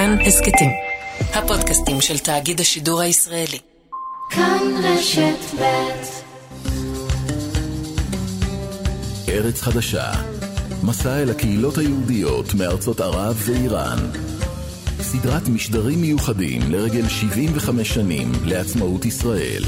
כאן הסקטים, הפודקאסטים של תאגיד השידור הישראלי. כאן רשת ב'. ארץ חדשה, מסע אל הקהילות היהודיות מארצות ערב ואיראן. סדרת משדרים מיוחדים לרגל 75 שנים לעצמאות ישראל.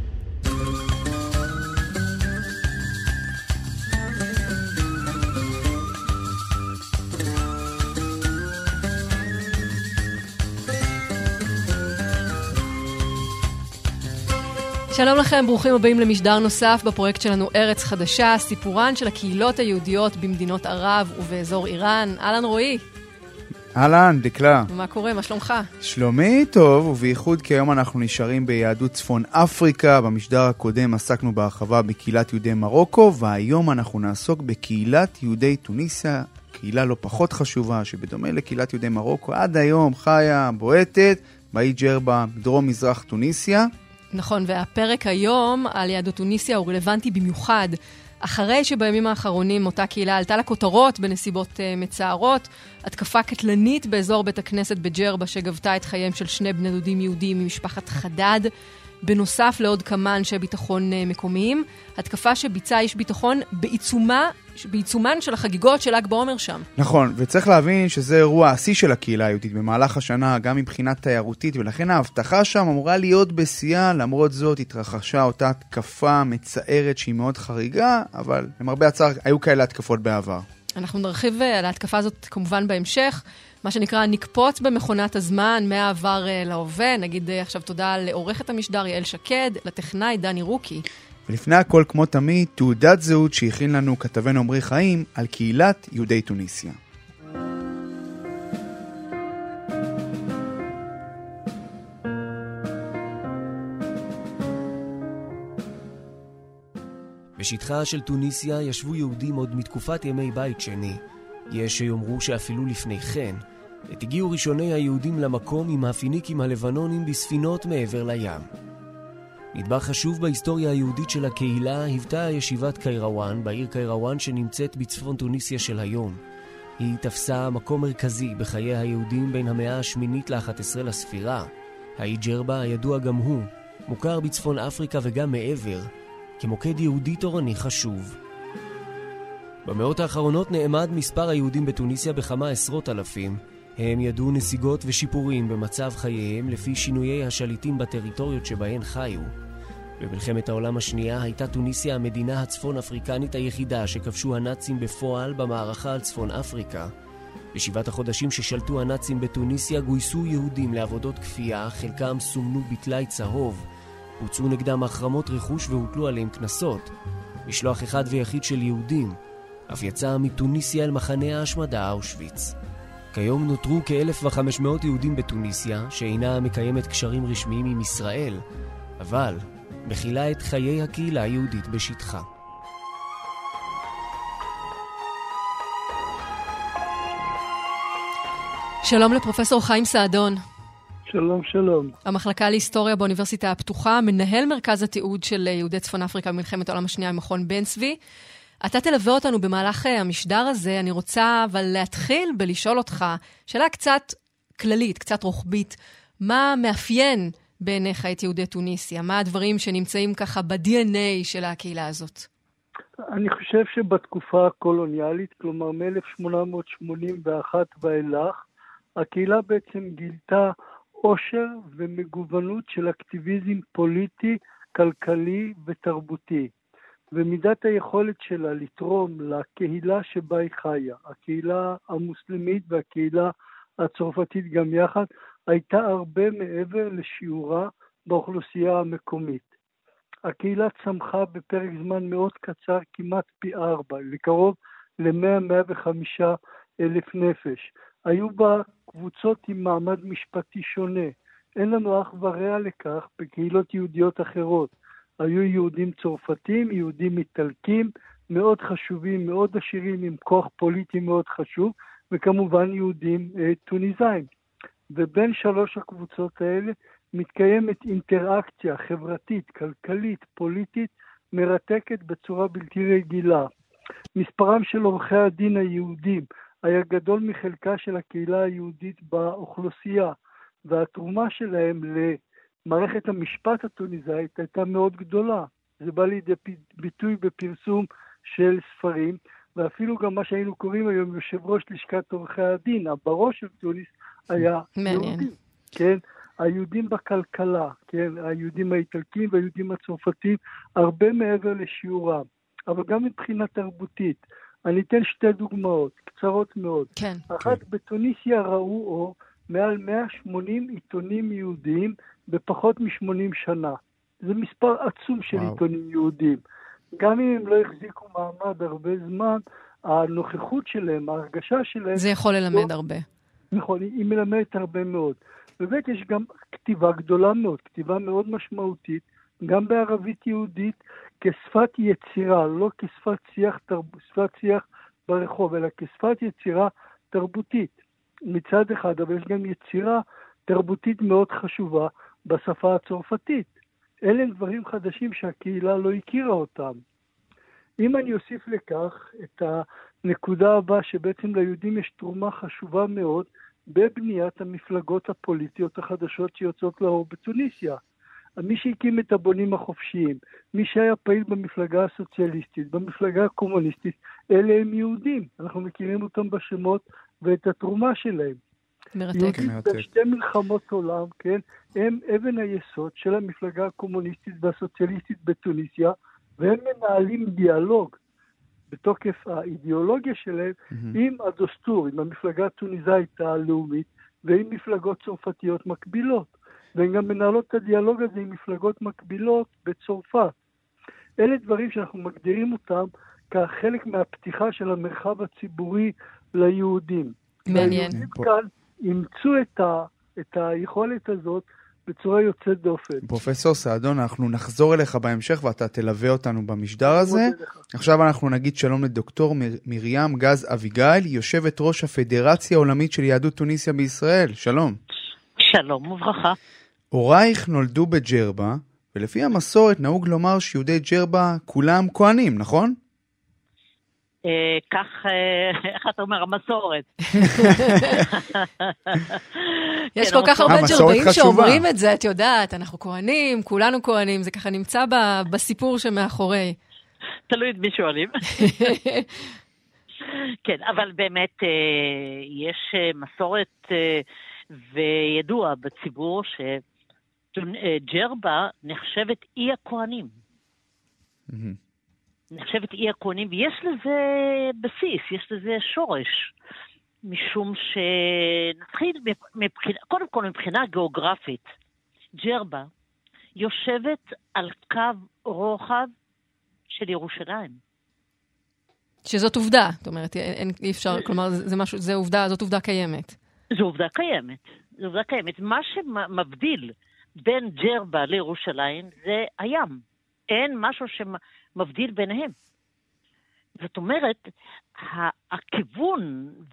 שלום לכם, ברוכים הבאים למשדר נוסף בפרויקט שלנו ארץ חדשה, סיפורן של הקהילות היהודיות במדינות ערב ובאזור איראן. אהלן רועי. אהלן, דקלה. מה קורה? מה שלומך? שלומי טוב, ובייחוד כי היום אנחנו נשארים ביהדות צפון אפריקה. במשדר הקודם עסקנו בהרחבה בקהילת יהודי מרוקו, והיום אנחנו נעסוק בקהילת יהודי טוניסיה, קהילה לא פחות חשובה, שבדומה לקהילת יהודי מרוקו, עד היום חיה, בועטת, באי ג'רבה, בדרום מזרח טוניסיה. נכון, והפרק היום על יהדות טוניסיה הוא רלוונטי במיוחד, אחרי שבימים האחרונים אותה קהילה עלתה לכותרות בנסיבות מצערות, התקפה קטלנית באזור בית הכנסת בג'רבה שגבתה את חייהם של שני בני דודים יהודים ממשפחת חדד, בנוסף לעוד כמה אנשי ביטחון מקומיים, התקפה שביצע איש ביטחון בעיצומן של החגיגות של ל"ג בעומר שם. נכון, וצריך להבין שזה אירוע השיא של הקהילה היהודית במהלך השנה, גם מבחינת תיירותית, ולכן ההבטחה שם אמורה להיות בשיאה. למרות זאת התרחשה אותה התקפה מצערת שהיא מאוד חריגה, אבל למרבה הצער היו כאלה התקפות בעבר. אנחנו נרחיב על ההתקפה הזאת כמובן בהמשך, מה שנקרא נקפוץ במכונת הזמן מהעבר להווה. נגיד עכשיו תודה לעורכת המשדר יעל שקד, לטכנאי דני רוקי. ולפני הכל, כמו תמיד, תעודת זהות שהכין לנו כתבנו עמרי חיים על קהילת יהודי טוניסיה. בשטחה של טוניסיה ישבו יהודים עוד מתקופת ימי בית שני. יש שיאמרו שאפילו לפני כן. עת הגיעו ראשוני היהודים למקום עם הפיניקים הלבנונים בספינות מעבר לים. נדבך חשוב בהיסטוריה היהודית של הקהילה היוותה ישיבת קיירוואן, בעיר קיירוואן שנמצאת בצפון טוניסיה של היום. היא תפסה מקום מרכזי בחיי היהודים בין המאה השמינית ל-11 לספירה. האי ג'רבה הידוע גם הוא, מוכר בצפון אפריקה וגם מעבר, כמוקד יהודי תורני חשוב. במאות האחרונות נעמד מספר היהודים בטוניסיה בכמה עשרות אלפים. הם ידעו נסיגות ושיפורים במצב חייהם לפי שינויי השליטים בטריטוריות שבהן חיו. במלחמת העולם השנייה הייתה טוניסיה המדינה הצפון אפריקנית היחידה שכבשו הנאצים בפועל במערכה על צפון אפריקה. בשבעת החודשים ששלטו הנאצים בטוניסיה גויסו יהודים לעבודות כפייה, חלקם סומנו בטלאי צהוב. הוצאו נגדם החרמות רכוש והוטלו עליהם כנסות. משלוח אחד ויחיד של יהודים אף יצא מטוניסיה אל מחנה ההשמדה אושוויץ. כיום נותרו כ-1,500 יהודים בטוניסיה, שאינה מקיימת קשרים רשמיים עם ישראל, אבל מכילה את חיי הקהילה היהודית בשטחה. שלום לפרופסור חיים סעדון. שלום, שלום. המחלקה להיסטוריה באוניברסיטה הפתוחה, מנהל מרכז התיעוד של יהודי צפון אפריקה במלחמת העולם השנייה במכון בן צבי. אתה תלווה אותנו במהלך המשדר הזה. אני רוצה אבל להתחיל בלשאול אותך שאלה קצת כללית, קצת רוחבית. מה מאפיין בעיניך את יהודי טוניסיה? מה הדברים שנמצאים ככה ב-DNA של הקהילה הזאת? אני חושב שבתקופה הקולוניאלית, כלומר מ-1881 ואילך, הקהילה בעצם גילתה עושר ומגוונות של אקטיביזם פוליטי, כלכלי ותרבותי. ומידת היכולת שלה לתרום לקהילה שבה היא חיה, הקהילה המוסלמית והקהילה הצרפתית גם יחד, הייתה הרבה מעבר לשיעורה באוכלוסייה המקומית. הקהילה צמחה בפרק זמן מאוד קצר, כמעט פי 4, לקרוב ל-100-105 אלף נפש. היו בה קבוצות עם מעמד משפטי שונה. אין לנו אח ורע לכך בקהילות יהודיות אחרות. היו יהודים צרפתים, יהודים איטלקים, מאוד חשובים, מאוד עשירים, עם כוח פוליטי מאוד חשוב, וכמובן יהודים טוניסאים. ובין שלוש הקבוצות האלה מתקיימת אינטראקציה חברתית, כלכלית, פוליטית, מרתקת בצורה בלתי רגילה. מספרם של עורכי הדין היהודים היה גדול מחלקה של הקהילה היהודית באוכלוסייה, והתרומה שלהם למערכת המשפט התוניסאית הייתה מאוד גדולה. זה בא לידי ביטוי בפרסום של ספרים, ואפילו גם מה שהיינו קוראים היום יושב ראש לשכת עורכי הדין, הבראש של תוניס היה יהודי. כן? היהודים בכלכלה, כן? היהודים האיטלקים והיהודים הצרפתים, הרבה מעבר לשיעורם, אבל גם מבחינה תרבותית. אני אתן שתי דוגמאות, קצרות מאוד. כן. אחת, בתוניסיה ראו אור מעל 180 עיתונים יהודיים בפחות מ-80 שנה. זה מספר עצום של עיתונים יהודיים. גם אם הם לא החזיקו מעמד הרבה זמן, הנוכחות שלהם, ההרגשה שלהם... זה יכול ללמד הרבה. נכון, היא מלמדת הרבה מאוד. ובאמת יש גם כתיבה גדולה מאוד, כתיבה מאוד משמעותית, גם בערבית יהודית, כשפת יצירה, לא כשפת שיח ברחוב, אלא כשפת יצירה תרבותית. מצד אחד, אבל יש גם יצירה תרבותית מאוד חשובה בשפה הצרפתית. אלה דברים חדשים שהקהילה לא הכירה אותם. אם אני אוסיף לכך את הנקודה הבאה, שבעצם ליהודים יש תרומה חשובה מאוד בבניית המפלגות הפוליטיות החדשות שיוצאות לאור בתוניסיה. מי שהקים את הבונים החופשיים, מי שהיה פעיל במפלגה הסוציאליסטית, במפלגה הקומוניסטית, אלה הם יהודים. אנחנו מכירים אותם בשמות ואת התרומה שלהם. יהודים בשתי מלחמות עולם, כן, הם אבן היסוד של המפלגה הקומוניסטית והסוציאליסטית בתוניסיה, והם מנהלים דיאלוג בתוקף האידיאולוגיה שלהם עם הדוסטור, עם המפלגה התוניסאית הלאומית, ועם מפלגות צרפתיות מקבילות. והן גם מנהלות את הדיאלוג הזה עם מפלגות מקבילות בצרפת. אלה דברים שאנחנו מגדירים אותם כחלק מהפתיחה של המרחב הציבורי ליהודים. מעניין. היהודים כאן אימצו את היכולת הזאת בצורה יוצאת דופן. פרופסור סעדון, אנחנו נחזור אליך בהמשך ואתה תלווה אותנו במשדר הזה. עכשיו אנחנו נגיד שלום לדוקטור מרים גז אביגיל, יושבת ראש הפדרציה העולמית של יהדות תוניסיה בישראל. שלום. שלום וברכה. הורייך נולדו בג'רבה, ולפי המסורת נהוג לומר שיהודי ג'רבה כולם כהנים, נכון? כך, איך אתה אומר, המסורת. יש כל כך הרבה ג'רבאים שאומרים את זה, את יודעת, אנחנו כהנים, כולנו כהנים, זה ככה נמצא בסיפור שמאחורי. תלוי את מי שואלים. כן, אבל באמת יש מסורת וידוע בציבור שג'רבה נחשבת אי הכהנים. נחשבת אי הכהנים, ויש לזה בסיס, יש לזה שורש, משום שנתחיל קודם כל מבחינה גיאוגרפית, ג'רבה יושבת על קו רוחב של ירושלים. שזאת עובדה, זאת אומרת, אי אפשר, כלומר, זאת עובדה קיימת. זו עובדה קיימת, זו עובדה קיימת. מה שמבדיל בין ג'רבה לירושלים זה הים. אין משהו שמבדיל ביניהם. זאת אומרת, הכיוון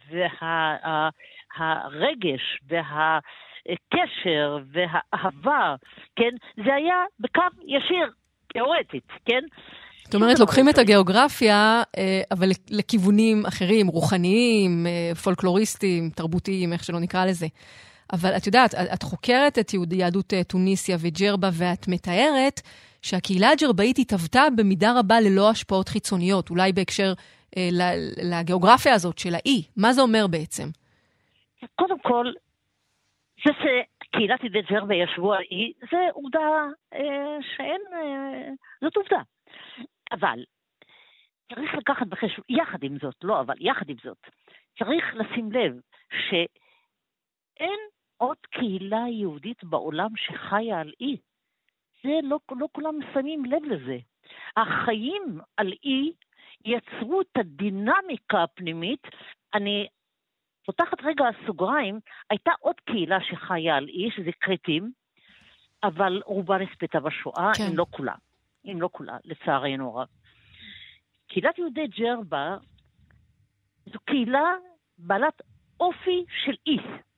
והרגש והקשר והאהבה, כן, זה היה בקו ישיר, תיאורטית, כן? זאת אומרת, לוקחים את הגיאוגרפיה, אבל לכיוונים אחרים, רוחניים, פולקלוריסטיים, תרבותיים, איך שלא נקרא לזה. אבל את יודעת, את חוקרת את יהדות תוניסיה וג'רבה, ואת מתארת שהקהילה הג'רבאית התהוותה במידה רבה ללא השפעות חיצוניות, אולי בהקשר לגיאוגרפיה הזאת של האי. מה זה אומר בעצם? קודם כל, זה שקהילת יהודי ג'רבה ישבו על אי, זה עובדה שאין, זאת עובדה. אבל צריך לקחת בחשבון, יחד עם זאת, לא אבל יחד עם זאת, צריך לשים לב שאין עוד קהילה יהודית בעולם שחיה על אי. זה לא כולם שמים לב לזה. החיים על אי יצרו את הדינמיקה הפנימית. אני פותחת רגע סוגריים, הייתה עוד קהילה שחיה על אי, שזה קרטים, אבל רובה נספתה בשואה, כן. אם לא כולה, לצערנו הרב. קהילת יהודי ג'רבה זו קהילה בעלת אופי של אי.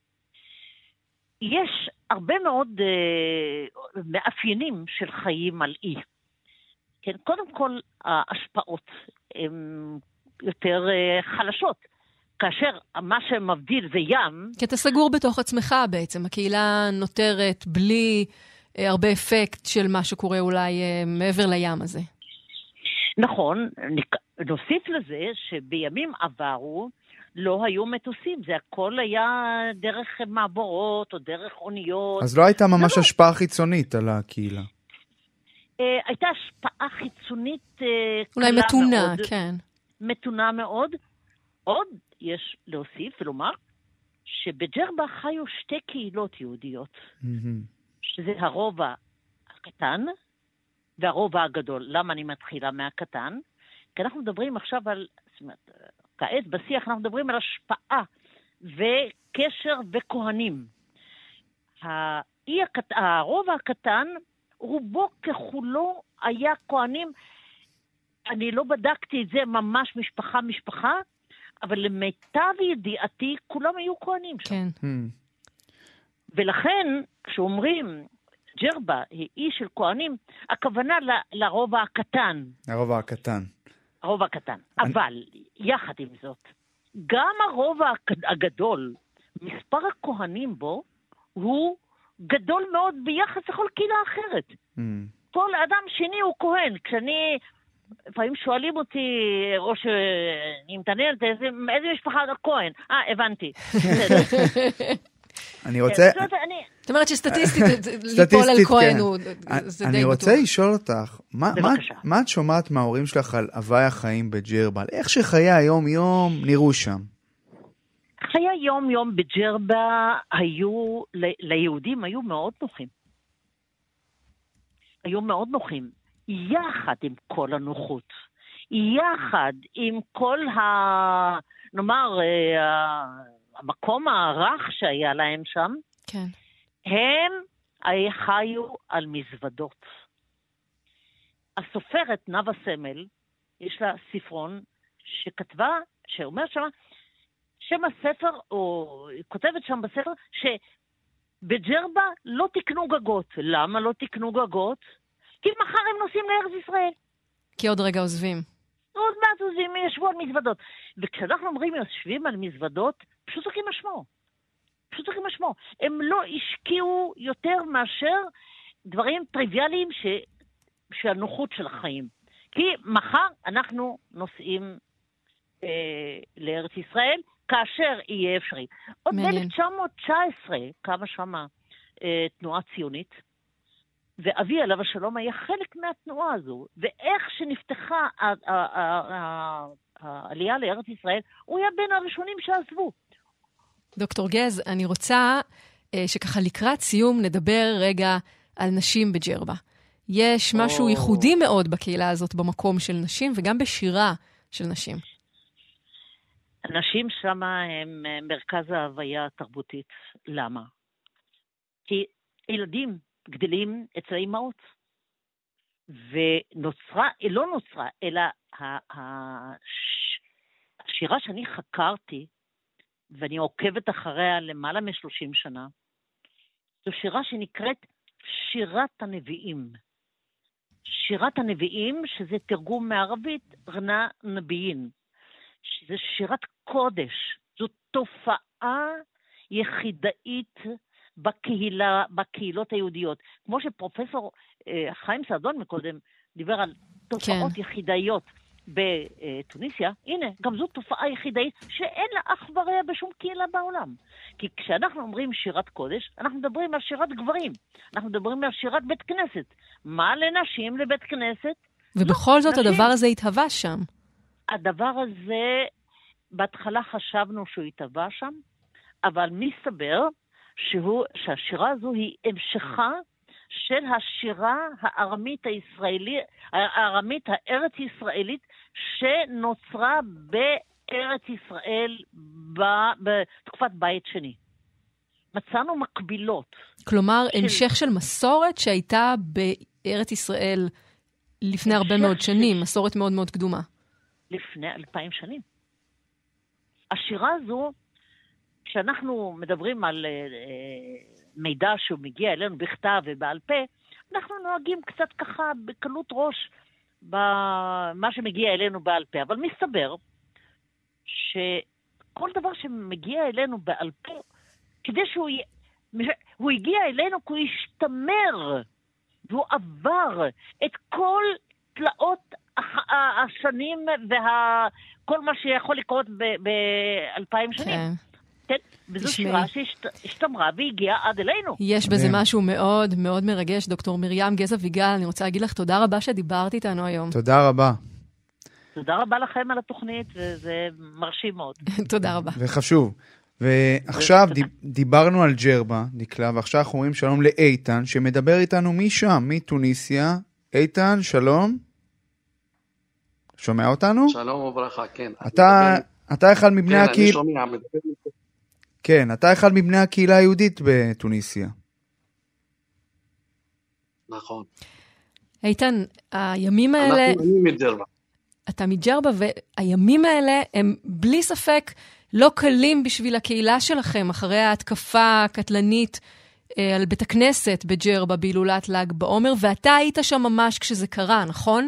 יש הרבה מאוד מאפיינים של חיים על אי. כן, קודם כל, ההשפעות הן יותר חלשות. כאשר מה שמבדיל זה ים. כי אתה סגור בתוך עצמך בעצם. הקהילה נותרת בלי הרבה אפקט של מה שקורה אולי מעבר לים הזה. נכון, נוסיף לזה שבימים עברו לא היו מטוסים, זה הכל היה דרך מעבורות או דרך אוניות. אז לא הייתה ממש השפעה חיצונית על הקהילה. הייתה השפעה חיצונית אולי מתונה, כן. מתונה מאוד. עוד יש להוסיף ולומר שבג'רבה חיו שתי קהילות יהודיות, שזה הרובע הקטן והרובע הגדול. למה אני מתחילה מהקטן? כי אנחנו מדברים עכשיו על, זאת אומרת, כעת בשיח אנחנו מדברים על השפעה וקשר וכהנים. הרובע הקטן, רובו ככולו היה כהנים. אני לא בדקתי את זה ממש משפחה, אבל למיטב ידיעתי כולם היו כהנים שם. כן. ולכן כשאומרים ג'רבה היא אי של כהנים, הכוונה לרובע הקטן. הרובע הקטן. הרובע הקטן. אבל יחד עם זאת, גם הרובע הגדול, מספר הכהנים בו הוא גדול מאוד ביחס לכל קהילה אחרת. כל אדם שני הוא כהן. כשאני, לפעמים שואלים אותי, או שאני מתעניינת, איזה משפחה אתה כהן? הבנתי. אני רוצה... זאת אומרת שסטטיסטית, ליפול על כהן הוא, זה די בטוח. אני רוצה לשאול אותך, מה את שומעת מההורים שלך על הווי החיים בג'רבה? איך שחיי היום-יום נראו שם? חיי היום-יום בג'רבה היו, ליהודים היו מאוד נוחים. היו מאוד נוחים. יחד עם כל הנוחות. יחד עם כל נאמר, המקום הרך שהיה להם שם, כן. הם חיו על מזוודות. הסופרת נאוה סמל, יש לה ספרון שכתבה, שאומר שם הספר, או כותבת שם בספר, שבג'רבה לא תקנו גגות. למה לא תקנו גגות? כי מחר הם נוסעים לארץ ישראל. כי עוד רגע עוזבים. עוד מעט עוזבים, ישבו על מזוודות. וכשאנחנו אומרים יושבים על מזוודות, פשוט הולכים משמו. הם לא השקיעו יותר מאשר דברים טריוויאליים שהנוחות של החיים. כי מחר אנחנו נוסעים לארץ ישראל, כאשר יהיה אפשרי. עוד ב-1919 קמה שמה תנועה ציונית, ואבי עליו השלום היה חלק מהתנועה הזו, ואיך שנפתחה העלייה לארץ ישראל, הוא היה בין הראשונים שעזבו. דוקטור גז, אני רוצה שככה לקראת סיום נדבר רגע על נשים בג'רבה. יש משהו ייחודי מאוד בקהילה הזאת, במקום של נשים, וגם בשירה של נשים. הנשים שם הם מרכז ההוויה התרבותית. למה? כי ילדים גדלים אצל האימהות. לא נוצרה, אלא השירה שאני חקרתי, ואני עוקבת אחריה למעלה מ-30 שנה, זו שירה שנקראת שירת הנביאים. שירת הנביאים, שזה תרגום מערבית, רנה נביין. שזה שירת קודש. זו תופעה יחידאית בקהילות היהודיות. כמו שפרופסור חיים סעדון מקודם דיבר על תופעות יחידאיות בתוניסיה, הנה, גם זו תופעה יחידאית שאין לה אח ורע בשום קהילה בעולם. כי כשאנחנו אומרים שירת קודש, אנחנו מדברים על שירת גברים. אנחנו מדברים על שירת בית כנסת. מה לנשים לבית כנסת? ובכל זאת נשים. הדבר הזה התהווה שם. הדבר הזה, בהתחלה חשבנו שהוא התהווה שם, אבל מסתבר שהשירה הזו היא המשכה של השירה הארמית הארץ ישראלית שנוצרה בארץ ישראל בתקופת בית שני. מצאנו מקבילות. כלומר, המשך של מסורת שהייתה בארץ ישראל לפני הרבה מאוד שנים, מסורת מאוד מאוד קדומה. לפני 2000 שנים. השירה הזו, כשאנחנו מדברים על מידע שהוא מגיע אלינו בכתב ובעל פה, אנחנו נוהגים קצת ככה בקלות ראש במה שמגיע אלינו בעל פה. אבל מסתבר כל דבר שמגיע אלינו בעל פה, כדי הוא הגיע אלינו כי הוא השתמר, והוא עבר את כל תלאות השנים וכל מה שיכול לקרות ב-2000 שנים. כן. וזו שירה שהשתמרה והגיעה עד אלינו. יש בזה משהו מאוד מאוד מרגש. דוקטור מרים גז אביגל, אני רוצה להגיד לך תודה רבה שדיברת איתנו היום. תודה רבה. תודה רבה לכם על התוכנית, וזה מרשים מאוד. תודה רבה. וחשוב. ועכשיו דיברנו על ג'רבה, דקלה, ועכשיו אנחנו רואים שלום לאיתן, שמדבר איתנו משם, מתוניסיה. איתן, שלום. שומע אותנו? שלום וברכה, כן. אתה אחד מבני כן, הקהילה. אני שומע, מדבר. כן, אתה אחד מבני הקהילה היהודית בתוניסיה. נכון. איתן, הימים האלה... אני מג'רבה. אתה מג'רבה, והימים האלה הם בלי ספק לא קלים בשביל הקהילה שלכם, אחרי ההתקפה הקטלנית על בית הכנסת בג'רבה, בהילולת ל"ג בעומר, ואתה היית שם ממש כשזה קרה, נכון?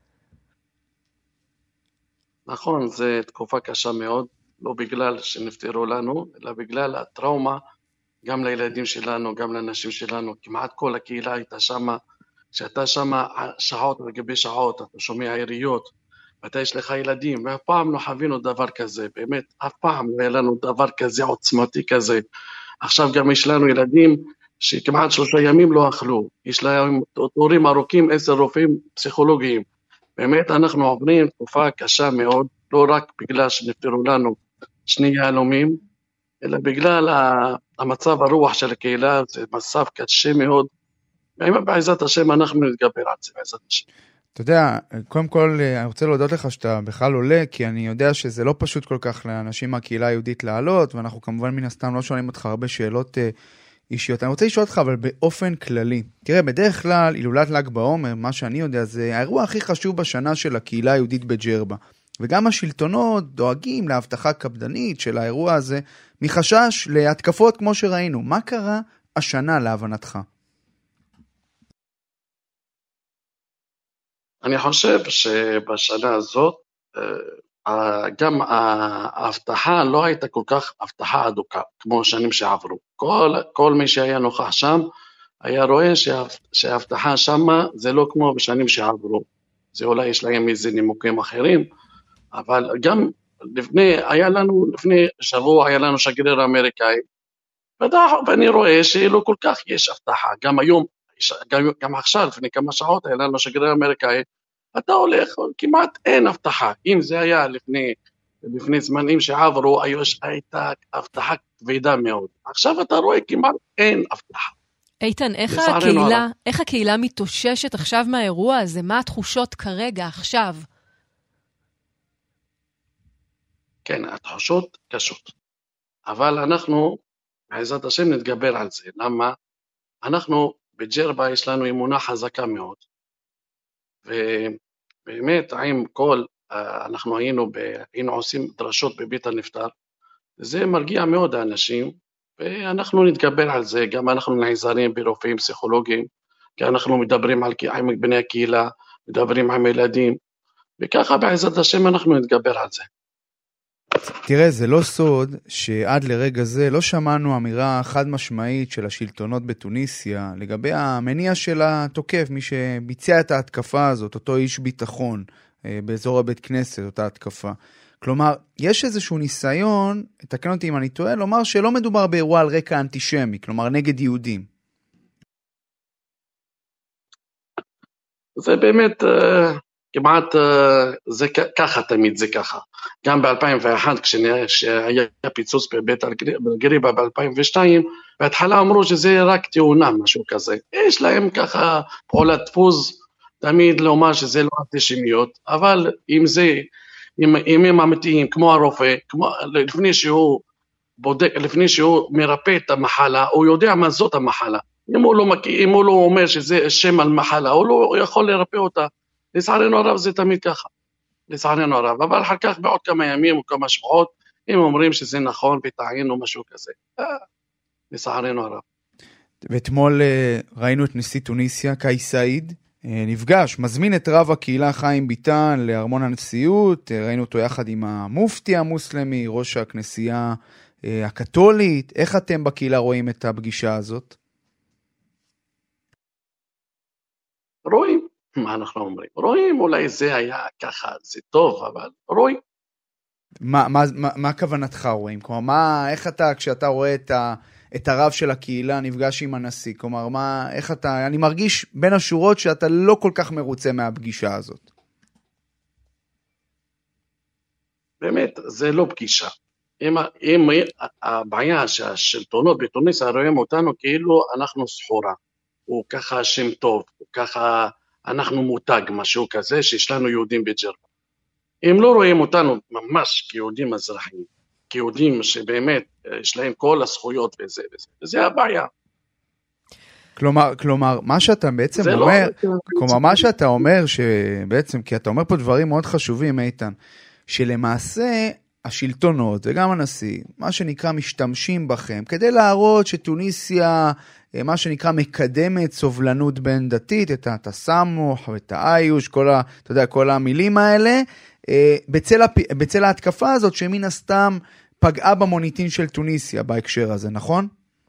נכון, זו תקופה קשה מאוד, לא בגלל שנפטרו לנו, אלא בגלל הטראומה, גם לילדים שלנו, גם לאנשים שלנו, כמעט כל הקהילה הייתה שם, שאתה שם שעות לגבי שעות, אתה שומע יריות, ואתה יש לך ילדים, ואף פעם לא חווינו דבר כזה, באמת, אף פעם לא היה לנו דבר כזה עוצמתי כזה. עכשיו גם יש לנו ילדים שכמעט 3 ימים לא אכלו, יש להם תורים ארוכים, 10 רופאים פסיכולוגיים. באמת אנחנו עוברים תקופה קשה מאוד, לא רק בגלל שנפטרו לנו 2 יהלומים, אלא בגלל המצב הרוח של הקהילה, זה מצב קשה מאוד, בעזרת השם אנחנו נתגבר על זה, בעזרת השם. אתה יודע, קודם כל אני רוצה להודות לך שאתה בכלל עולה, כי אני יודע שזה לא פשוט כל כך לאנשים מהקהילה היהודית לעלות, ואנחנו כמובן מן הסתם לא שואלים אותך הרבה שאלות אישיות. אני רוצה לשאול אותך אבל באופן כללי. תראה, בדרך כלל הילולת ל"ג בעומר, מה שאני יודע, זה האירוע הכי חשוב בשנה של הקהילה היהודית בג'רבה. וגם השלטונות דואגים להבטחה קפדנית של האירוע הזה, מחשש להתקפות כמו שראינו. מה קרה השנה להבנתך? אני חושב שבשנה הזאת, גם ההבטחה לא הייתה כל כך הבטחה אדוקה, כמו שנים שעברו. כל מי שהיה נוכח שם, היה רואה שההבטחה שם זה לא כמו בשנים שעברו. זה אולי יש להם איזה נימוקים אחרים, אבל גם לפני שבוע היה לנו שגריר אמריקאי, ואני רואה שלא כל כך יש הבטחה. גם היום, גם עכשיו, לפני כמה שעות היה לנו שגריר אמריקאי, אתה הולך, כמעט אין הבטחה. אם זה היה לפני זמנים שעברו, הייתה הבטחה כבדה מאוד. עכשיו אתה רואה כמעט אין הבטחה. איתן, איך הקהילה מתאוששת עכשיו מהאירוע הזה? מה התחושות כרגע, עכשיו? כן, התחושות קשות. אבל אנחנו, בעזרת השם, נתגבר על זה. למה? אנחנו בג'רבה יש לנו אמונה חזקה מאוד. ובאמת, אנחנו היינו עושים דרשות בבית הנפטר, זה מרגיע מאוד האנשים, ואנחנו נתגבר על זה, גם אנחנו נעזרים ברופאים פסיכולוגיים, כי אנחנו מדברים עם בני הקהילה, מדברים עם ילדים, וככה בעזרת השם אנחנו נתגבר על זה. תראה, זה לא סוד שעד לרגע זה לא שמענו אמירה חד משמעית של השלטונות בתוניסיה לגבי המניע של התוקף, מי שביצע את ההתקפה הזאת, אותו איש ביטחון באזור הבית כנסת, אותה התקפה. כלומר, יש איזשהו ניסיון, תקן אותי אם אני טועה, לומר שלא מדובר באירוע על רקע אנטישמי, כלומר נגד יהודים. זה באמת כמעט, זה ככה תמיד, זה ככה. גם ב-2001, כשהיה פיצוץ בבית אלגריבה ב-2002, בהתחלה אמרו שזה רק תאונה, משהו כזה. יש להם ככה פעולת דפוס, תמיד לומר שזה לא אנטישמיות, אבל אם הם אמיתיים, כמו הרופא, לפני שהוא מרפא את המחלה, הוא יודע מה זאת המחלה. אם הוא לא אומר שזה שם על מחלה, הוא לא יכול לרפא אותה. לצערנו הרב זה תמיד ככה, לצערנו הרב, אבל אחר כך בעוד כמה ימים או כמה שבועות, הם אומרים שזה נכון וטעינו משהו כזה, לצערנו הרב. ואתמול ראינו את נשיא תוניסיה, קאיס סעיד, נפגש, מזמין את רב הקהילה חיים ביטן לארמון הנשיאות, ראינו אותו יחד עם המופתי המוסלמי, ראש הכנסייה הקתולית. איך אתם בקהילה רואים את הפגישה הזאת? רואים, מה אנחנו אומרים? רואים, אולי זה היה ככה, זה טוב, אבל רואים. מה כוונתך רואים? כלומר, איך אתה, כשאתה רואה את הרב של הקהילה נפגש עם הנשיא, כלומר, איך אתה, אני מרגיש בין השורות שאתה לא כל כך מרוצה מהפגישה הזאת. באמת, זה לא פגישה. אם הבעיה שהשלטונות בתוניסיה רואים אותנו כאילו אנחנו סחורה, הוא ככה שם טוב, הוא ככה אנחנו מותג, משהו כזה שיש לנו יהודים בג'רבה. הם לא רואים אותנו ממש כיהודים אזרחיים, כיהודים שבאמת יש להם כל הזכויות וזה וזה, וזה הבעיה. כלומר, מה שאתה בעצם אומר, כלומר, מה שאתה אומר שבעצם, כי אתה אומר פה דברים מאוד חשובים, איתן, שלמעשה השלטונות וגם הנשיא, מה שנקרא משתמשים בכם, כדי להראות שטוניסיה, מה שנקרא מקדמת סובלנות בין דתית, את התסמוך ואת האיוש, אתה יודע, כל המילים האלה, בצל ההתקפה הזאת שמן הסתם פגעה במוניטין של טוניסיה בהקשר הזה, נכון?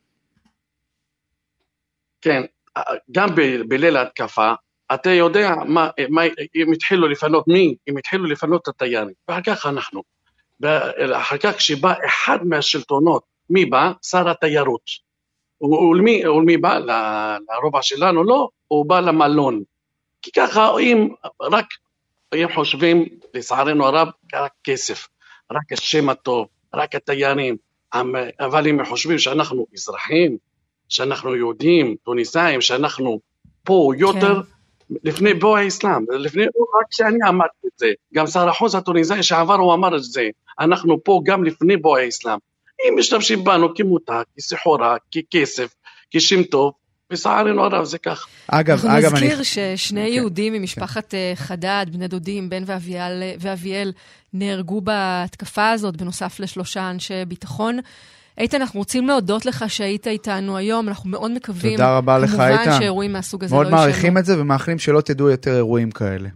כן, גם בליל ההתקפה, אתה יודע אם התחילו לפנות מי? אם התחילו לפנות את התיירים, ואחר כך אנחנו. ואחר כך כשבא אחד מהשלטונות, מי בא? שר התיירות. ולמי בא? לרובע שלנו? לא, הוא בא למלון. כי ככה הם חושבים, לצערנו הרב, רק כסף, רק השם הטוב, רק התיירים, אבל הם חושבים שאנחנו אזרחים, שאנחנו יהודים, טוניסאים, שאנחנו פה יותר, לפני בוא האסלאם, רק שאני אמרתי את זה, גם שר החוץ הטוניסאי שעבר הוא אמר את זה, אנחנו פה גם לפני בוא האסלאם, הם משתמשים בנו כמותג, כסחורה, ככסף, כשם טוב, וסערנו הרב זה כך. אנחנו נזכיר ששני יהודים ממשפחת חדד, בני דודים, בן ואביאל, נהרגו בהתקפה הזאת, בנוסף ל3 אנשי ביטחון. איתן, אנחנו רוצים להודות לך שהיית איתנו היום, אנחנו מאוד מקווים, תודה רבה לך, איתן. כמובן שאירועים מהסוג הזה לא מאוד מעריכים את זה, ומאחלים שלא תדעו יותר אירועים כאלה.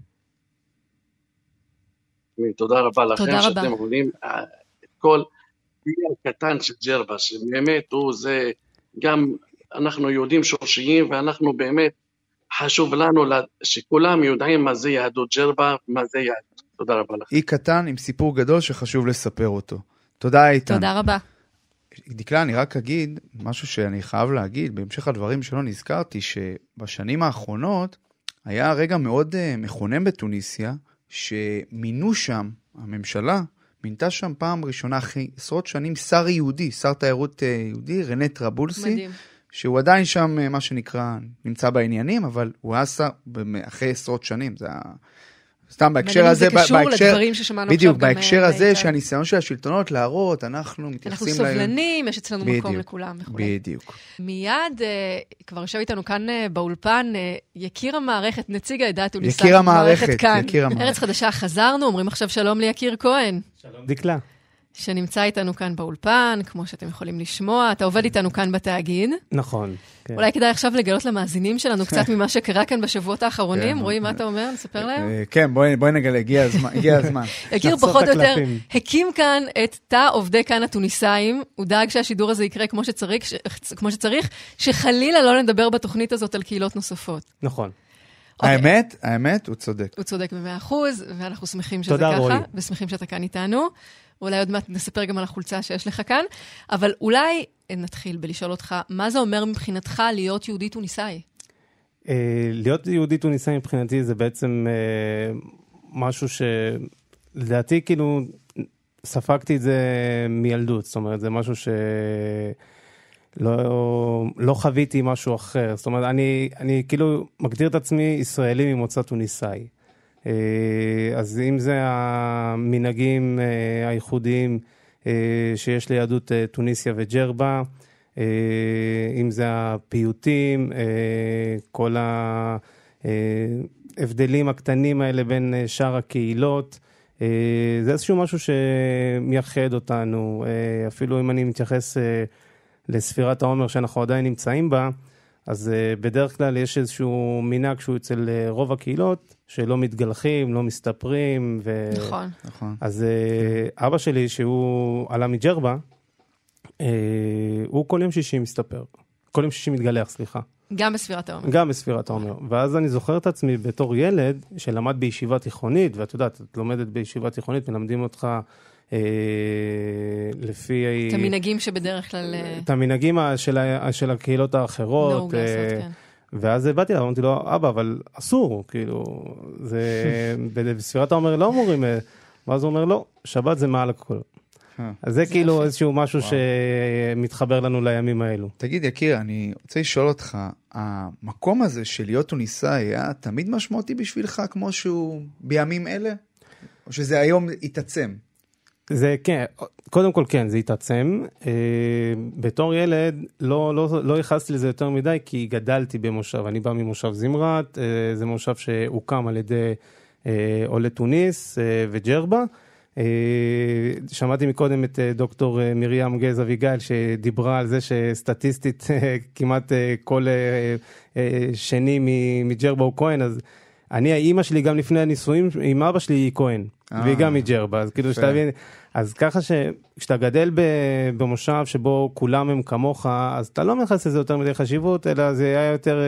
תודה רבה לכם, שאתם עולים את כל הקטן של ג'רבה, שבאמת הוא זה, גם אנחנו יהודים שורשיים, ואנחנו באמת חשוב לנו שכולם יודעים מה זה יהדות ג'רבה, מה זה יהדות. תודה רבה לכם. אי קטן עם סיפור גדול שחשוב לספר אותו. תודה, איתן. תודה רבה. דקלה, אני רק אגיד, משהו שאני חייב להגיד, בהמשך הדברים שלא נזכרתי, שבשנים האחרונות היה רגע מאוד מכונן בתוניסיה, שמינו שם, הממשלה, מינתה שם פעם ראשונה אחרי עשרות שנים שר יהודי, שר תיירות יהודי, רנה טרבולסי, מדהים. שהוא עדיין שם, מה שנקרא, נמצא בעניינים, אבל הוא היה שר אחרי עשרות שנים, זה היה... סתם בהקשר הזה, זה קשור לדברים ששמענו בדיוק, בהקשר הזה שהניסיון של השלטונות להראות, אנחנו מתייחסים אנחנו סובלנים, יש אצלנו מקום לכולם וכו'. בדיוק. מיד, כבר יושב איתנו כאן באולפן, יקיר המערכת, נציג העדה הטוניסאית. יקיר המערכת, יקיר המערכת. ארץ חדשה, חזרנו, אומרים עכשיו שלום ליקיר כהן. שלום דקלה. שנמצא איתנו כאן באולפן, כמו שאתם יכולים לשמוע, אתה עובד איתנו כאן בתאגיד. נכון. כן. אולי כדאי עכשיו לגלות למאזינים שלנו קצת ממה שקרה כאן בשבועות האחרונים. רואי, מה אתה אומר? נספר להם? כן, בואי נגלה, הגיע הזמן. יקיר פחות או יותר הקים כאן את תא עובדי כאן הטוניסאים, הוא דאג שהשידור הזה יקרה כמו שצריך, שחלילה לא נדבר בתוכנית הזאת על קהילות נוספות. נכון. האמת, הוא צודק. הוא צודק ב100%, ואנחנו שמחים שזה ככה, ושמחים שאתה כאן איתנו. אולי עוד מעט נספר גם על החולצה שיש לך כאן, אבל אולי נתחיל בלשאול אותך, מה זה אומר מבחינתך להיות יהודי טוניסאי? להיות יהודי טוניסאי מבחינתי זה בעצם משהו שלדעתי כאילו ספגתי את זה מילדות, זאת אומרת זה משהו לא חוויתי משהו אחר, זאת אומרת אני כאילו מגדיר את עצמי ישראלי ממוצא טוניסאי. אז אם זה המנהגים הייחודיים שיש ליהדות טוניסיה וג'רבה, אם זה הפיוטים, כל ההבדלים הקטנים האלה בין שאר הקהילות, זה איזשהו משהו שמייחד אותנו, אפילו אם אני מתייחס לספירת העומר שאנחנו עדיין נמצאים בה, אז בדרך כלל יש איזשהו מנהג שהוא אצל רוב הקהילות, שלא מתגלחים, לא מסתפרים. נכון. אז אבא שלי, שהוא עלה מג'רבה, הוא כל יום שישי מסתפר. כל יום שישי מתגלח, סליחה. גם בספירת העומר. גם בספירת העומר. ואז אני זוכר את עצמי בתור ילד, שלמד בישיבה תיכונית, ואת יודעת, את לומדת בישיבה תיכונית, מלמדים אותך לפי... את המנהגים שבדרך כלל... את המנהגים של הקהילות האחרות. נהוג לעשות, כן. ואז באתי לה, אמרתי לו, אבא, אבל אסור, כאילו, זה... בספירת העומר לא אמורים... ואז הוא אומר, לא, שבת זה מעל הכל. אז זה כאילו איזשהו משהו שמתחבר לנו לימים האלו. תגיד, יקיר, אני רוצה לשאול אותך, המקום הזה של להיות טוניסאי היה תמיד משמעותי בשבילך כמו שהוא בימים אלה? או שזה היום התעצם? זה כן, קודם כל כן, זה התעצם. בתור ילד לא ייחסתי לזה יותר מדי, כי גדלתי במושב. אני בא ממושב זמרת, זה מושב שהוקם על ידי עולי טוניס וג'רבה. שמעתי מקודם את דוקטור מרים גז אביגיל שדיברה על זה שסטטיסטית כמעט כל שני מג'רבה הוא כהן, אז האמא שלי גם לפני הנישואים עם אבא שלי היא כהן, והיא גם מג'רבה, אז כאילו שתבין, אז ככה שכשאתה גדל במושב שבו כולם הם כמוך, אז אתה לא מייחס לזה יותר מדי חשיבות, אלא זה היה יותר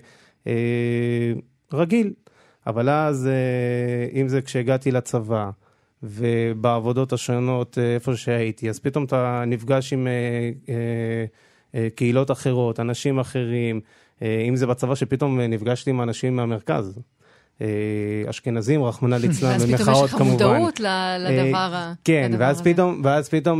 רגיל. אבל אז אם זה כשהגעתי לצבא ובעבודות השונות איפה שהייתי, אז פתאום אתה נפגש עם קהילות אחרות, אנשים אחרים, אם זה בצבא שפתאום נפגשתי עם אנשים מהמרכז, אשכנזים, רחמנא ליצלן, ואז פתאום יש לך מודעות לדבר. כן, ואז פתאום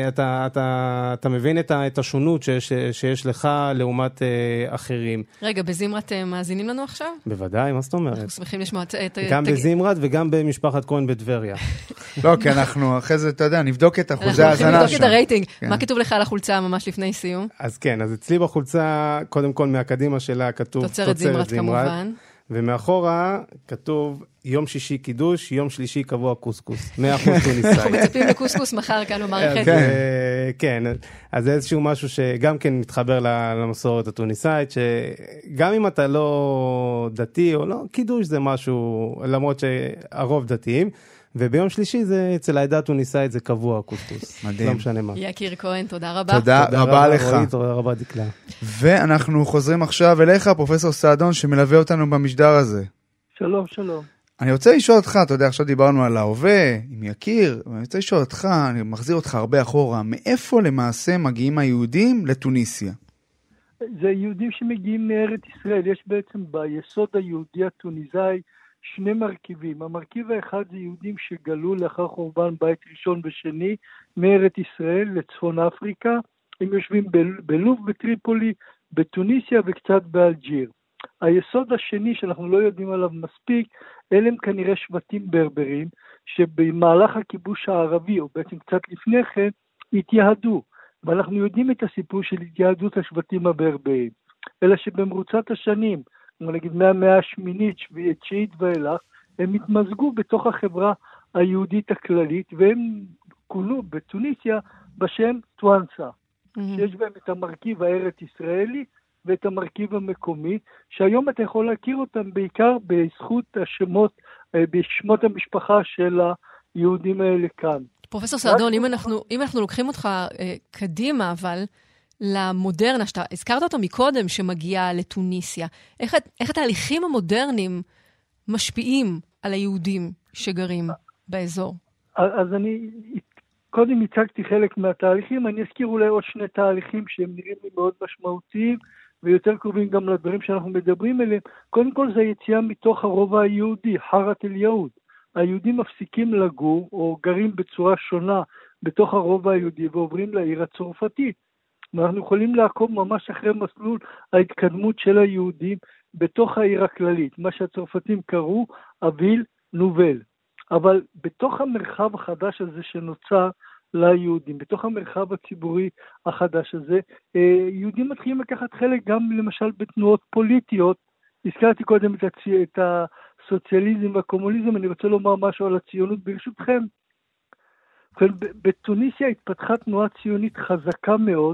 אתה מבין את השונות שיש לך לעומת אחרים. רגע, בזמרת מאזינים לנו עכשיו? בוודאי, מה זאת אומרת? אנחנו שמחים לשמוע את... גם בזמרת וגם במשפחת כהן בטבריה. לא, כי אנחנו אחרי זה, אתה יודע, נבדוק את אחוזי ההאזנה שם. אנחנו נבדוק את הרייטינג. מה כתוב לך על החולצה ממש לפני סיום? אז כן, אז אצלי בחולצה, קודם כל מהקדימה שלה כתוב תוצרת זמרת כמובן. ומאחורה כתוב יום שישי קידוש, יום שלישי קבוע קוסקוס. 100% טוניסאי. אנחנו מצפים לקוסקוס מחר כאן במערכת. כן, אז זה איזשהו משהו שגם כן מתחבר למסורת הטוניסאית, שגם אם אתה לא דתי או לא, קידוש זה משהו, למרות שהרוב דתיים, וביום שלישי זה אצל העדה הטוניסאית זה קבוע קוסקוס. מדהים. לא משנה מה. יקיר כהן, תודה רבה. תודה רבה לך. תודה רבה דקלה. ואנחנו חוזרים עכשיו אליך, פרופסור סעדון, שמלווה אותנו במשדר הזה. שלום, שלום. אני רוצה לשאול אותך, אתה יודע, עכשיו דיברנו על ההווה, עם יקיר, ואני רוצה לשאול אותך, אני מחזיר אותך הרבה אחורה, מאיפה למעשה מגיעים היהודים לטוניסיה? זה יהודים שמגיעים מארץ ישראל, יש בעצם ביסוד היהודי הטוניסאי שני מרכיבים. המרכיב האחד זה יהודים שגלו לאחר חורבן בית ראשון ושני מארץ ישראל לצפון אפריקה, הם יושבים בלוב, בטריפולי, בטוניסיה וקצת באלג'יר. היסוד השני שאנחנו לא יודעים עליו מספיק, אלה הם כנראה שבטים ברברים, שבמהלך הכיבוש הערבי, או בעצם קצת לפני כן, התייהדו. ואנחנו יודעים את הסיפור של התייהדות השבטים הברברים. אלא שבמרוצת השנים, נגיד מהמאה השמינית, שביעית, תשיעית ואילך, הם התמזגו בתוך החברה היהודית הכללית, והם כונו בטוניסיה בשם טואנסה. שיש בהם את המרכיב הארץ ישראלי, ואת המרכיב המקומי, שהיום אתה יכול להכיר אותם בעיקר בזכות השמות, בשמות המשפחה של היהודים האלה כאן. פרופסור סעדון, אם אנחנו לוקחים אותך קדימה, אבל למודרנה, שאתה הזכרת אותו מקודם שמגיע לטוניסיה, איך התהליכים המודרניים משפיעים על היהודים שגרים באזור? אז אני קודם הצגתי חלק מהתהליכים, אני אזכיר אולי עוד שני תהליכים שהם נראים לי מאוד משמעותיים, ויותר קרובים גם לדברים שאנחנו מדברים עליהם. קודם כל זה היציאה מתוך הרובע היהודי, חרת אל יהוד. היהודים מפסיקים לגור, או גרים בצורה שונה בתוך הרובע היהודי, ועוברים לעיר הצרפתית. ואנחנו יכולים לעקוב ממש אחרי מסלול ההתקדמות של היהודים בתוך העיר הכללית, מה שהצרפתים קראו אביל נובל. אבל בתוך המרחב החדש הזה שנוצר ליהודים, בתוך המרחב הציבורי החדש הזה, יהודים מתחילים לקחת חלק גם למשל בתנועות פוליטיות. הזכרתי קודם את הסוציאליזם והקומוניזם, אני רוצה לומר משהו על הציונות ברשותכם. בטוניסיה התפתחה תנועה ציונית חזקה מאוד,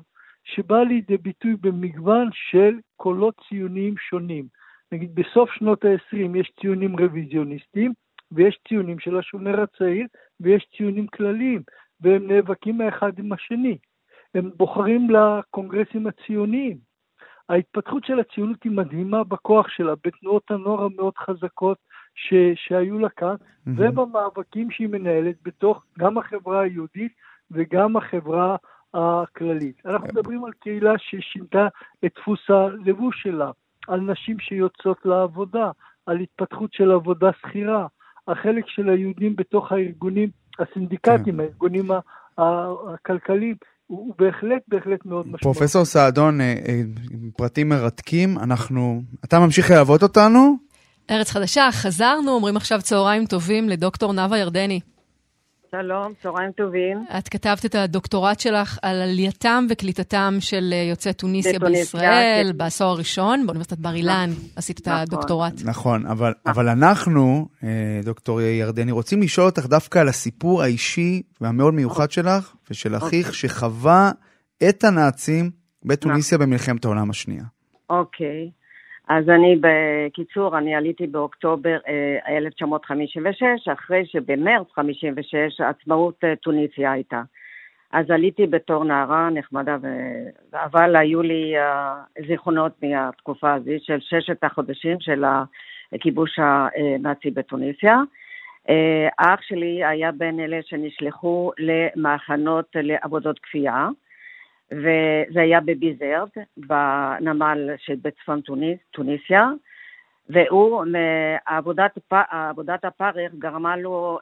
שבא לידי ביטוי במגוון של קולות ציוניים שונים. נגיד בסוף שנות ה-20 יש ציונים רוויזיוניסטיים, ויש ציונים של השומר הצעיר, ויש ציונים כלליים, והם נאבקים האחד עם השני. הם בוחרים לקונגרסים הציוניים. ההתפתחות של הציונות היא מדהימה בכוח שלה, בתנועות הנוער המאוד חזקות שהיו לה כאן, ובמאבקים שהיא מנהלת בתוך גם החברה היהודית וגם החברה הכללית. אנחנו מדברים על קהילה ששינתה את דפוס הלבוש שלה, על נשים שיוצאות לעבודה, על התפתחות של עבודה שכירה, החלק של היהודים בתוך הארגונים, הסינדיקטים, הארגונים הכלכליים, הוא בהחלט מאוד משמעות. פרופסור סעדון, פרטים מרתקים, אתה ממשיך ללוות אותנו? ארץ חדשה, חזרנו, אומרים עכשיו צהריים טובים לדוקטור נאוה ירדני. שלום, צהריים טובים. את כתבת את הדוקטורט שלך על עלייתם וקליטתם של יוצאי טוניסיה בישראל, בעשור הראשון, באוניברסיטת בר אילן, עשית את הדוקטורט. נכון, אבל אנחנו, דוקטור ירדני, רוצים לשאול אותך דווקא על הסיפור האישי והמאוד מיוחד שלך, ושל אחיך שחווה את הנאצים בטוניסיה במלחמת העולם השנייה. אוקיי. אז אני בקיצור, אני עליתי באוקטובר 1956, אחרי שבמרץ 56 עצמאות טוניסיה הייתה. אז עליתי בתור נערה נחמדה, אבל היו לי זיכרונות מהתקופה הזו של 6 החודשים של הכיבוש הנאצי בטוניסיה. אח שלי היה בין אלה שנשלחו למחנות לעבודות כפייה, וזה היה בביזרד, בנמל שבצפון טוניסיה, והוא, עבודת הפרך גרמה לו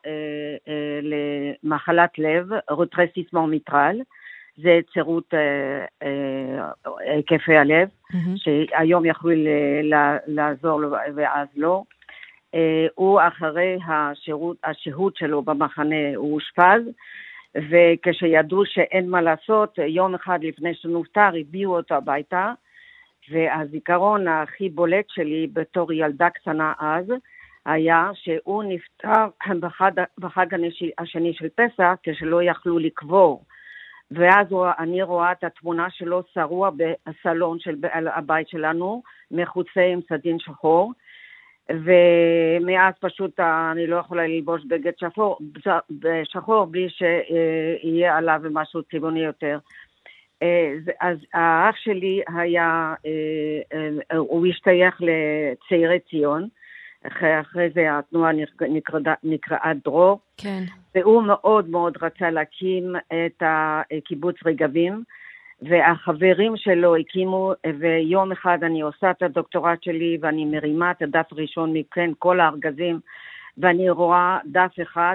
למחלת לב, רוטרסיסמון מיטרל, זה צירות היקפי הלב, שהיום יכלו לעזור לו ואז לא. הוא אחרי השהות שלו במחנה הוא אושפז, וכשידעו שאין מה לעשות, יום אחד לפני שנופטר, הביאו אותו הביתה, והזיכרון הכי בולט שלי בתור ילדה קטנה אז, היה שהוא נפטר בחג השני של פסח, כשלא יכלו לקבור. ואז אני רואה את התמונה שלו שרוע בסלון של הבית שלנו, מחוצה עם סדין שחור, ומאז פשוט אני לא יכולה ללבוש בגד שחור בלי שיהיה עליו משהו צבעוני יותר. אז האח שלי היה, הוא השתייך לצעירי ציון, אחרי זה התנועה נקראה דרור, כן. והוא מאוד מאוד רצה להקים את הקיבוץ רגבים, והחברים שלו הקימו, ויום אחד אני עושה את הדוקטורט שלי, ואני מרימה את הדף ראשון מכן כל הארגזים, ואני רואה דף אחד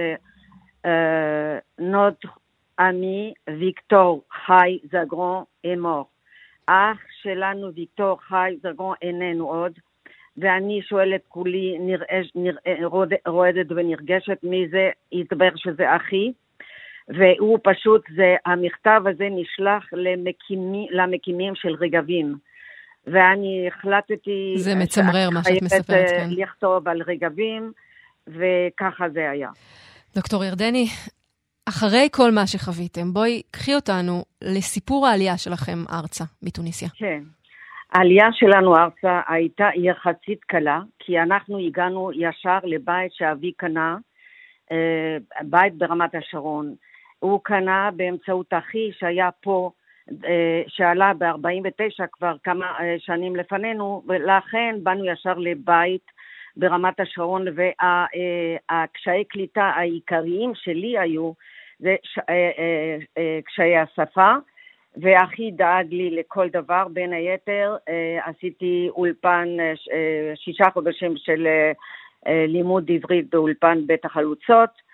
notre ami ויקטור חי זגרון אמור. אח שלנו ויקטור חי זגרון איננו עוד, ואני שואלת כולי רועדת ונרגשת מי זה, יתבר שזה אחי, והוא פשוט, המכתב הזה נשלח למקימים של רגבים, ואני החלטתי, זה מצמרר מה שאת מספרת כאן, לכתוב על רגבים, וככה זה היה. דוקטור ירדני, אחרי כל מה שחוויתם, בואי קחי אותנו לסיפור העלייה שלכם ארצה בטוניסיה. כן, העלייה שלנו ארצה הייתה יחסית קלה, כי אנחנו הגענו ישר לבית שאבי קנה, בית ברמת השרון. הוא קנה באמצעות אחי שהיה פה, שעלה ב-49 כבר כמה שנים לפנינו, ולכן באנו ישר לבית ברמת השרון, והקשיי קליטה העיקריים שלי היו, זה קשיי השפה, ואחי דאג לי לכל דבר, בין היתר עשיתי אולפן 6 חודשים של לימוד עברית באולפן בית החלוצות,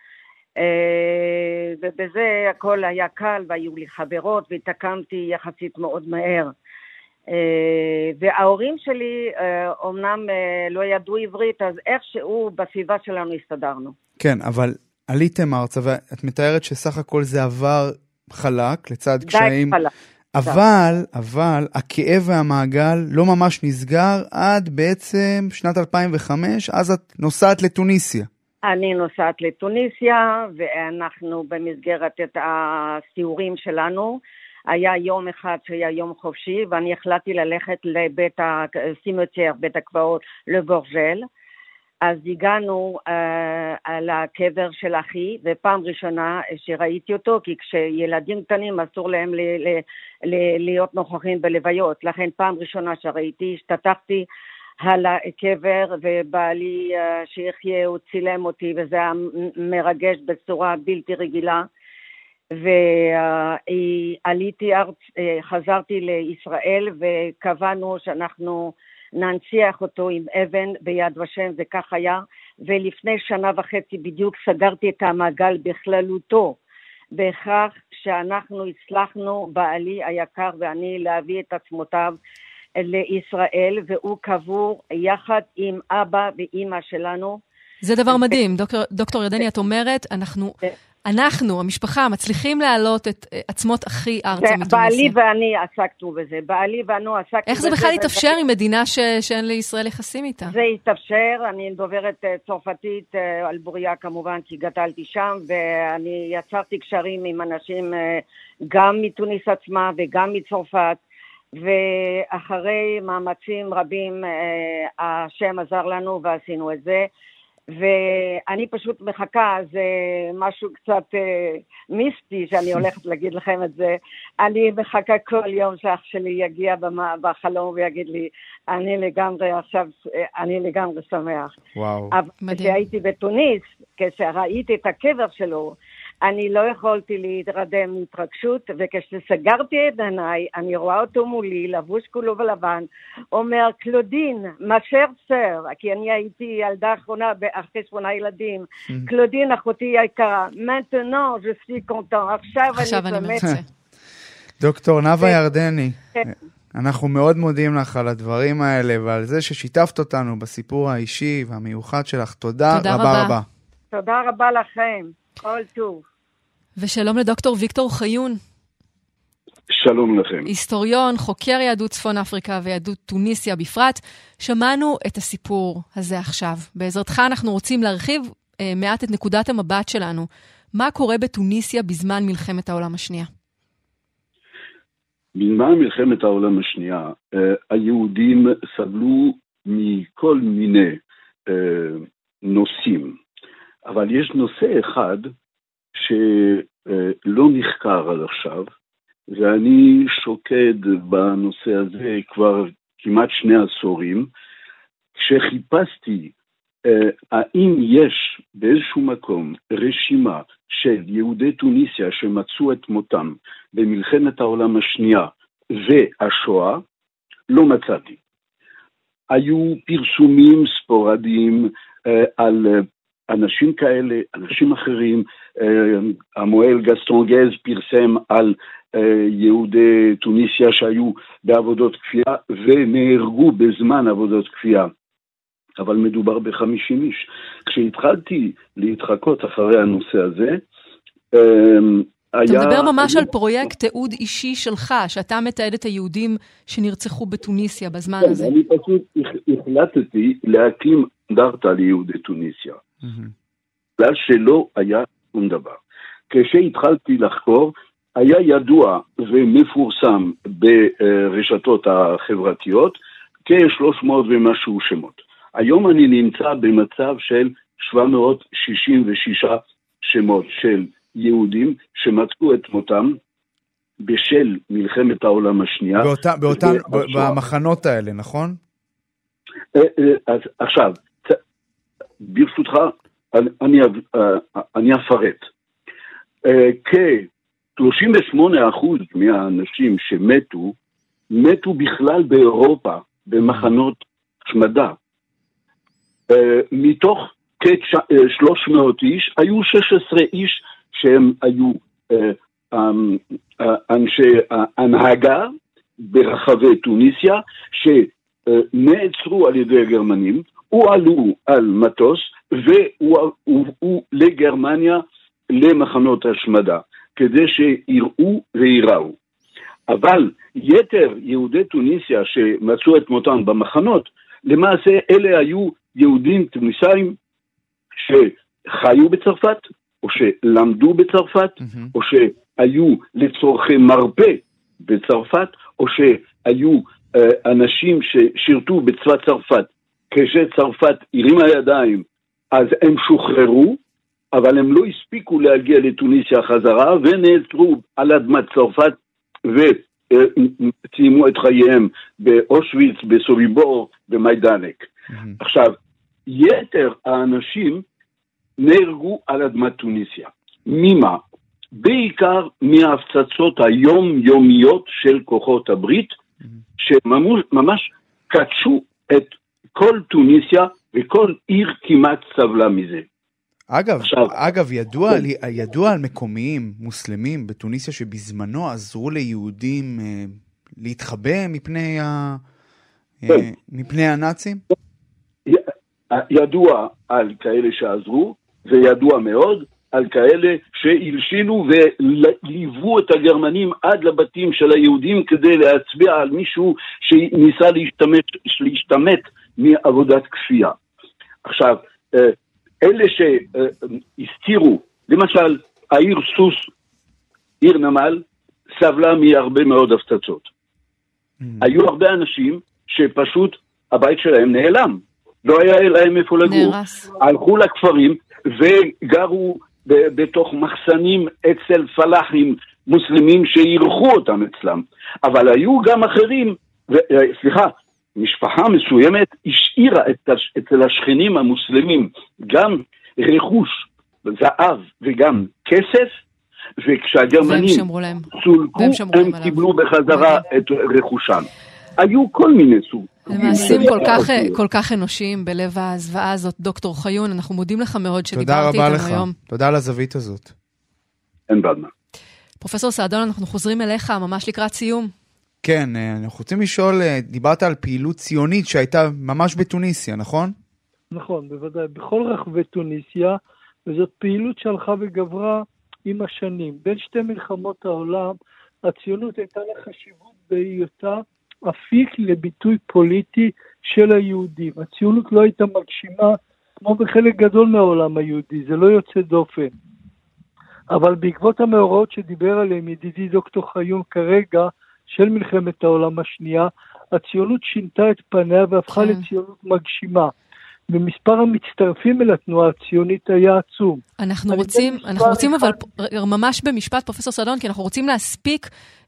ובזה הכל היה קל, והיו לי חברות, והתקמתי יחסית מאוד מהר. וההורים שלי אומנם לא ידעו עברית, אז איכשהו בסביבה שלנו הסתדרנו. כן, אבל עליתם ארצה, ואת מתארת שסך הכל זה עבר חלק, לצד קשיים. אבל הכאב והמעגל לא ממש נסגר עד בעצם שנת 2005, אז את נוסעת לטוניסיה. אני נוסעת לטוניסיה, ואנחנו במסגרת את הסיורים שלנו, היה יום אחד שהיה יום חופשי, ואני החלטתי ללכת לבית הסימטר, בית הקברות לבורג'ל. אז הגענו על הקבר של אחי, ופעם ראשונה שראיתי אותו, כי כשילדים קטנים אסור להם להיות נוכחים בלוויות, לכן פעם ראשונה שראיתי, השתתפתי על הקבר, ובעלי שיחיה הוא צילם אותי, וזה היה מרגש בצורה בלתי רגילה, ועליתי חזרתי לישראל, וקבענו שאנחנו ננציח אותו עם אבן ביד ושם, וכך היה, ולפני 1.5 שנה בדיוק סגרתי את המעגל בכללותו, בכך שאנחנו הצלחנו, בעלי היקר ואני, להביא את עצמותיו לישראל, והוא קבור יחד עם אבא ואמא שלנו. זה דבר מדהים, דוקטור ירדני, את אומרת, אנחנו, המשפחה, מצליחים להעלות את עצמות אחי ארצה מתוניסיה. בעלי ואני עסקנו בזה, איך זה בכלל התאפשר עם מדינה שאין לישראל יחסים איתה? זה התאפשר, אני דוברת צרפתית על בוריה כמובן, כי גדלתי שם, ואני יצרתי קשרים עם אנשים גם מתוניס עצמה וגם מצרפת, ואחרי מאמצים רבים השם עזר לנו ועשינו את זה, ואני פשוט מחכה, זה משהו קצת מיסטי שאני הולכת להגיד לכם את זה, אני מחכה כל יום שאח שלי יגיע בחלום ויגיד לי, אני לגמרי שמח. וואו. אבל כשהייתי בתוניס, כשראיתי את הקבר שלו, אני לא יכולתי להתרדם מהתרגשות, וכשסגרתי את עיניי, אני רואה אותו מולי, לבוש כולו בלבן, אומר, קלודין, מאשר סר, כי אני הייתי ילדה אחרונה אחרי 8 ילדים, קלודין, אחותי יקרה, maintenant je suis content, עכשיו אני מרוצה. דוקטור נאוה ירדני, אנחנו מאוד מודים לך על הדברים האלה, ועל זה ששיתפת אותנו בסיפור האישי והמיוחד שלך. תודה רבה רבה. תודה רבה לכם, כל טוב. ושלום לדוקטור ויקטור חיון. שלום לכם. היסטוריון, חוקר יהדות צפון אפריקה ויהדות טוניסיה בפרט. שמענו את הסיפור הזה עכשיו. בעזרתך אנחנו רוצים להרחיב מעט את נקודת המבט שלנו. מה קורה בטוניסיה בזמן מלחמת העולם השנייה? בזמן מלחמת העולם השנייה, היהודים סבלו מכל מיני נושאים. אבל יש נושא אחד שלא נחקר עד עכשיו, ואני שוקד בנושא הזה כבר כמעט 2 עשורים, כשחיפשתי האם יש באיזשהו מקום רשימה של יהודי טוניסיה שמצאו את מותם במלחמת העולם השנייה והשואה, לא מצאתי. היו פרסומים ספורדיים על אנשים כאלה, אנשים אחרים, המואל גסטונגז פרסם על יהודי טוניסיה שהיו בעבודות כפייה ונהרגו בזמן עבודות כפייה. אבל מדובר ב50 איש. כשהתחלתי להתחקות אחרי הנושא הזה, אתה מדבר ממש על פרויקט תיעוד אישי שלך, שאתה מתעד את היהודים שנרצחו בטוניסיה בזמן הזה. אני פשוט החלטתי להקים אנדרטה ליהודי טוניסיה. בגלל שלא היה שום דבר. כשהתחלתי לחקור, היה ידוע ומפורסם ברשתות החברתיות כ-300 ומשהו שמות. היום אני נמצא במצב של 766 שמות של יהודים שמצאו את מותם בשל מלחמת העולם השנייה. במחנות האלה, נכון? אז עכשיו, ברשותך, אני אפרט. כ-38% מהאנשים שמתו, מתו בכלל באירופה, במחנות השמדה. מתוך כ-300 איש, היו 16 איש שהם היו אנשי הנהגה ברחבי טוניסיה, שנעצרו על ידי הגרמנים, הועלו על מטוס, והובאו לגרמניה למחנות השמדה, כדי שיראו ויראו. אבל יתר יהודי טוניסיה שמצאו את מותם במחנות, למעשה אלה היו יהודים טוניסאים שחיו בצרפת, או שלמדו בצרפת, או שהיו לצורכי מרפא בצרפת, או שהיו אנשים ששירתו בצבא צרפת, כשצרפת הרימה ידיים, אז הם שוחררו, אבל הם לא הספיקו להגיע לתוניסיה חזרה, ונעצרו על אדמת צרפת, וסיימו את חייהם באושוויץ, בסוביבור, במיידנק. עכשיו, יתר האנשים נהרגו על אדמת תוניסיה. ממה? בעיקר מההפצצות היומיומיות של כוחות הברית, שממש קדשו את כל תוניסיה, וכל עיר כמעט סבלה מזה. אגב, ידוע על מקומיים מוסלמים בתוניסיה שבזמנו עזרו ליהודים להתחבא מפני הנאצים? ידוע על כאלה שעזרו, וידוע מאוד על כאלה שהלשינו וליוו את הגרמנים עד לבתים של היהודים כדי להצביע על מישהו שניסה להשתמט מעבודת כפייה. עכשיו, אלה שהסתירו, למשל, העיר סוס, עיר נמל, סבלה מהרבה מאוד הפצצות. היו הרבה אנשים שפשוט הבית שלהם נעלם. לא היה להם איפה לגור. הלכו לכפרים וגרו בתוך מחסנים אצל פלאחים מוסלמים שאירחו אותם אצלם. אבל היו גם אחרים, משפחה מסוימת השאירה אצל השכנים המוסלמים גם רכוש, זהב וגם כסף, וכשהגרמנים סולקו הם קיבלו בחזרה את רכושם. היו כל מיני סוג. למעשים כל כך אנושיים בלב הזוועה הזאת. דוקטור חיון, אנחנו מודים לך מאוד שדיברתי איתנו היום. תודה על הזווית הזאת. אין בעד מה. פרופסור סעדון, אנחנו חוזרים אליך ממש לקראת סיום. כן, אנחנו רוצים לשאול, דיברת על פעילות ציונית שהייתה ממש בתוניסיה, נכון? נכון, בוודאי, בכל רחבי תוניסיה, וזאת פעילות שהלכה וגברה עם השנים. בין שתי מלחמות העולם, הציונות הייתה לה חשיבות בהיותה אפיק לביטוי פוליטי של היהודים. הציונות לא הייתה מגשימה כמו בחלק גדול מהעולם היהודי, זה לא יוצא דופן. אבל בעקבות המאורעות שדיבר עליהם ידידי דוקטור חיון כרגע, של מלחמת העולם השנייה, הציונות שינתה את פניה והפכה לציונות מגשימה. ומספר המצטרפים אל התנועה הציונית היה עצום. אנחנו רוצים אבל ממש במשפט, פרופסור סעדון, כי אנחנו רוצים להספיק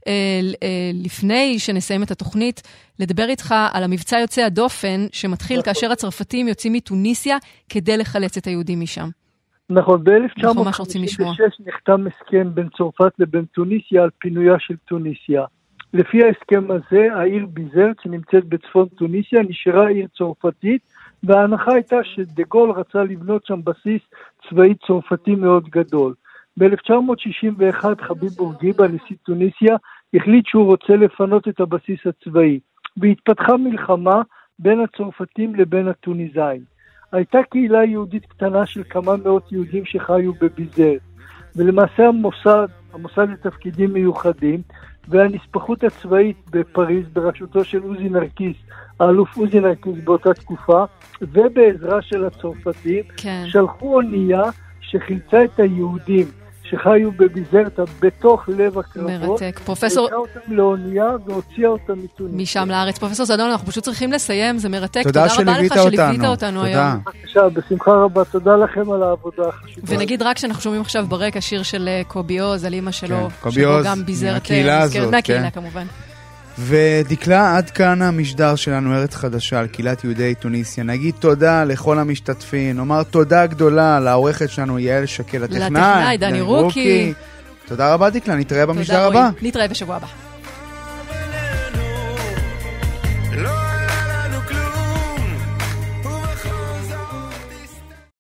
לפני שנסיים את התוכנית, לדבר איתך על המבצע יוצא הדופן, שמתחיל כאשר הצרפתים יוצאים מתוניסיה, כדי לחלץ את היהודים משם. נכון, ב-1956 נחתם הסכם בין צרפת לבין תוניסיה על פינויה של תוניסיה. לפי ההסכם הזה, העיר ביזרט, שנמצאת בצפון תוניסיה, נשארה עיר צרפתית, וההנחה הייתה שדגול רצה לבנות שם בסיס צבאי צרפתי מאוד גדול. ב-1961 חביב בורגיבה, נשיא תוניסיה, החליט שהוא רוצה לפנות את הבסיס הצבאי, והתפתחה מלחמה בין הצרפתים לבין התוניסאים. הייתה קהילה יהודית קטנה של כמה מאות יהודים שחיו בביזרט, ולמעשה המוסד לתפקידים מיוחדים, והנספחות הצבאית בפריז בראשותו של עוזי נרקיס, האלוף עוזי נרקיס באותה תקופה, ובעזרה של הצרפתים, שלחו אונייה שחילצה את היהודים שחיו בביזרט בתוך לב הקרבות. מרתק. פרופסור... הוצאה אותם לאונייה והוציאה אותם מתוניסיה. משם לארץ. פרופסור סעדון, אנחנו פשוט צריכים לסיים, זה מרתק. תודה שליווית אותנו היום. בבקשה, בשמחה רבה. תודה לכם על העבודה החשובה. ונגיד רק שאנחנו שומעים עכשיו ברקע שיר של קובי עוז, על אמא שלו, קובי עוז, מהקהילה הזאת. מהקהילה כמובן. ודקלה, עד כאן המשדר שלנו, ארץ חדשה, על קהילת יהודי תוניסיה. נגיד תודה לכל המשתתפים, נאמר תודה גדולה לעורכת שלנו, יעל שקל, לטכנאי, דני רוקי. תודה רבה דקלה, נתראה במשדר הבא. נתראה בשבוע הבא.